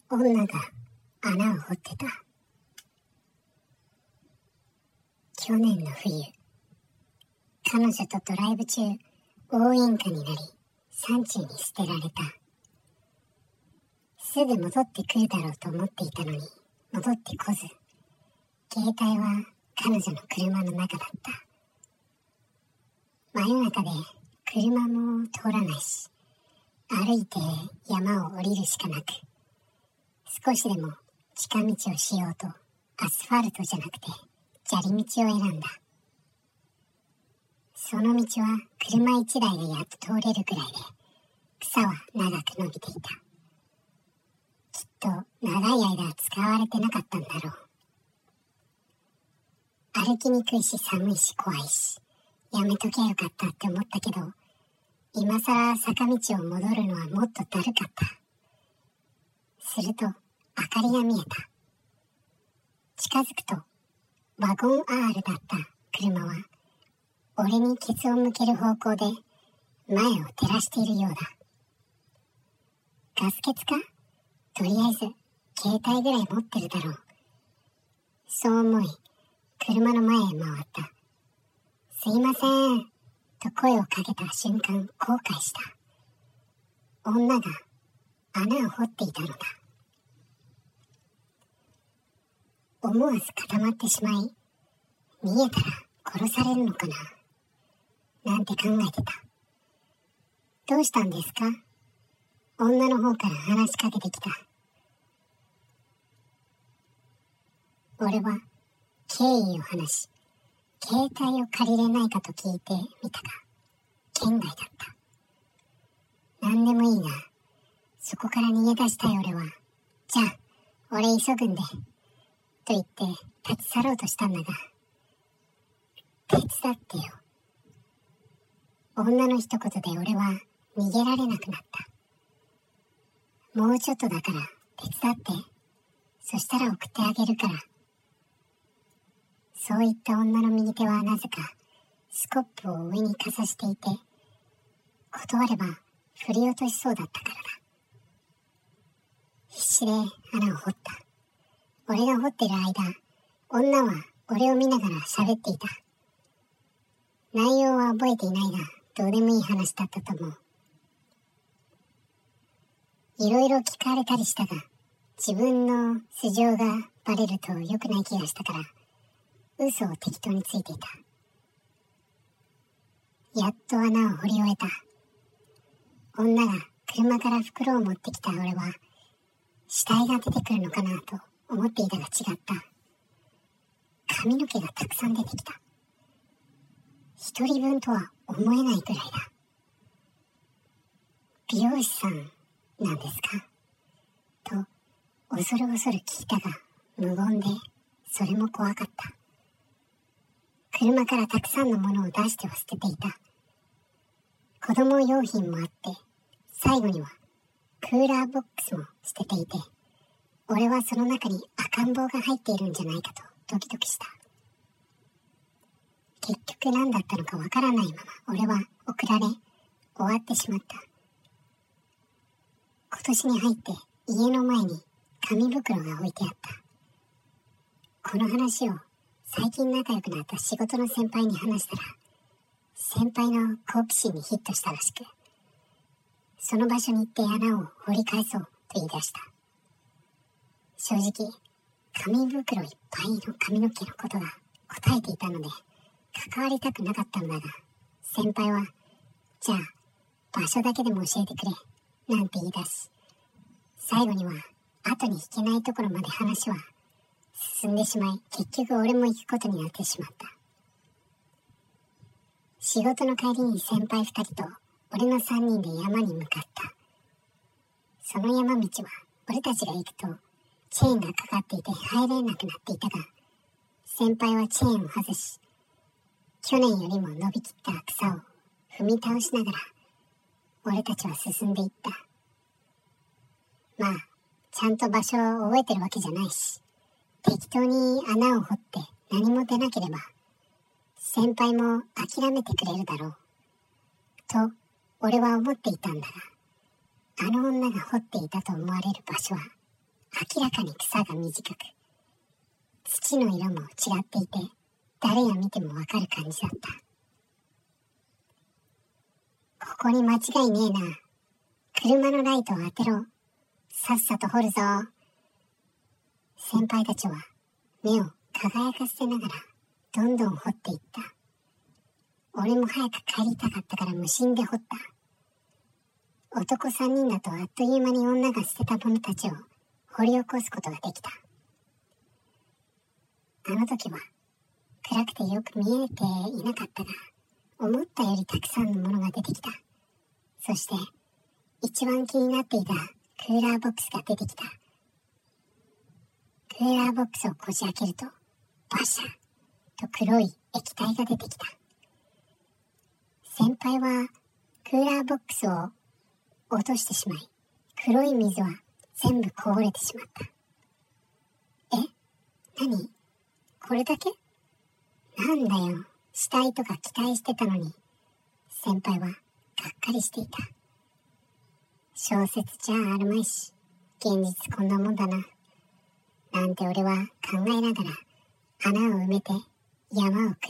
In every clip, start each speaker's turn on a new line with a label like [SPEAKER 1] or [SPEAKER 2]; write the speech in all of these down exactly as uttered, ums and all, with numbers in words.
[SPEAKER 1] 女が穴を掘ってた。去年の冬、彼女とドライブ中、大喧嘩になり、山中に捨てられた。すぐ戻ってくるだろうと思っていたのに、戻ってこず、携帯は彼女の車の中だった。真夜中で車も通らないし、歩いて山を降りるしかなく、少しでも近道をしようとアスファルトじゃなくて砂利道を選んだ。その道は車一台がやっと通れるくらいで、草は長く伸びていた。きっと長い間使われてなかったんだろう。歩きにくいし寒いし怖いし、やめとけよかったって思ったけど、今さら坂道を戻るのはもっとだるかった。すると明かりが見えた。近づくとワゴン アール だった車は俺にケツを向ける方向で前を照らしているようだ。ガス欠か？とりあえず携帯ぐらい持ってるだろう。そう思い車の前へ回った。すいませんと声をかけた瞬間後悔した。女が穴を掘っていたのだ。思わず固まってしまい、逃げたら殺されるのかななんて考えてた。どうしたんですか？女の方から話しかけてきた。俺は経緯を話し、携帯を借りれないかと聞いてみたが、圏外だった。なんでもいいが、そこから逃げ出したい俺は、じゃあ、俺急ぐんで、と言って立ち去ろうとしたんだが、手伝ってよ。女の一言で俺は逃げられなくなった。もうちょっとだから手伝って、そしたら送ってあげるから。そう言った女の右手はなぜかスコップを上にかざしていて、断れば振り落としそうだったからだ。必死で穴を掘った。俺が掘ってる間、女は俺を見ながら喋っていた。内容は覚えていないが、どうでもいい話だったと思う。いろいろ聞かれたりしたが、自分の素性がバレると良くない気がしたから、嘘を適当についていた。やっと穴を掘り終えた。女が車から袋を持ってきた俺は、死体が出てくるのかなと思っていたが違った。髪の毛がたくさん出てきた。一人分とは思えないくらいだ。美容師さんなんですか？と恐る恐る聞いたが、無言でそれも怖かった。車からたくさんのものを出しては捨てていた。子供用品もあって、最後にはクーラーボックスも捨てていて、俺はその中に赤ん坊が入っているんじゃないかとドキドキした。結局何だったのかわからないまま俺は送られ終わってしまった。今年に入って家の前に紙袋が置いてあった。この話を最近仲良くなった仕事の先輩に話したら、先輩の好奇心にヒットしたらしく、その場所に行って穴を掘り返そうと言い出した。正直、紙袋いっぱいの髪の毛のことが答えていたので、関わりたくなかったんだが、先輩は、じゃあ、場所だけでも教えてくれ、なんて言い出し、最後には、後に引けないところまで話は進んでしまい、結局俺も行くことになってしまった。仕事の帰りに先輩二人と俺の三人で山に向かった。その山道は俺たちが行くとチェーンがかかっていて入れなくなっていたが、先輩はチェーンを外し、去年よりも伸びきった草を踏み倒しながら俺たちは進んでいった。まあ、ちゃんと場所を覚えてるわけじゃないし、適当に穴を掘って何も出なければ先輩も諦めてくれるだろうと俺は思っていたんだが、あの女が掘っていたと思われる場所は明らかに草が短く、土の色も違っていて、誰が見てもわかる感じだった。ここに間違いねえな。車のライトを当てろ。さっさと掘るぞ。先輩たちは目を輝かせながらどんどん掘っていった。俺も早く帰りたかったから無心で掘った。男三人だとあっという間に女が捨てたものたちを掘り起こすことができた。あの時は暗くてよく見えていなかったが、思ったよりたくさんのものが出てきた。そして一番気になっていたクーラーボックスが出てきた。クーラーボックスをこじ開けると、バシャンと黒い液体が出てきた。先輩はクーラーボックスを落としてしまい、黒い水は全部こぼれてしまった。え？何？これだけ？なんだよ、死体とか期待してたのに。先輩はがっかりしていた。小説じゃあるまいし、現実こんなもんだな。なんて俺は考えながら穴を埋めて山を下った。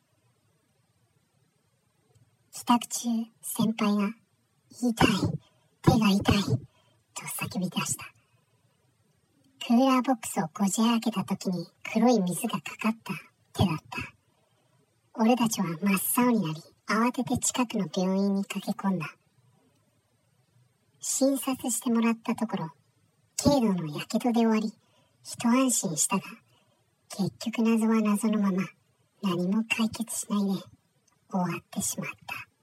[SPEAKER 1] 帰宅中、先輩が痛い、手が痛いと叫び出した。クーラーボックスをこじ開けた時に黒い水がかかった手だった。俺たちは真っ青になり、慌てて近くの病院に駆け込んだ。診察してもらったところ、軽度のやけどで終わり、一安心したが、結局謎は謎のまま、何も解決しないで終わってしまった。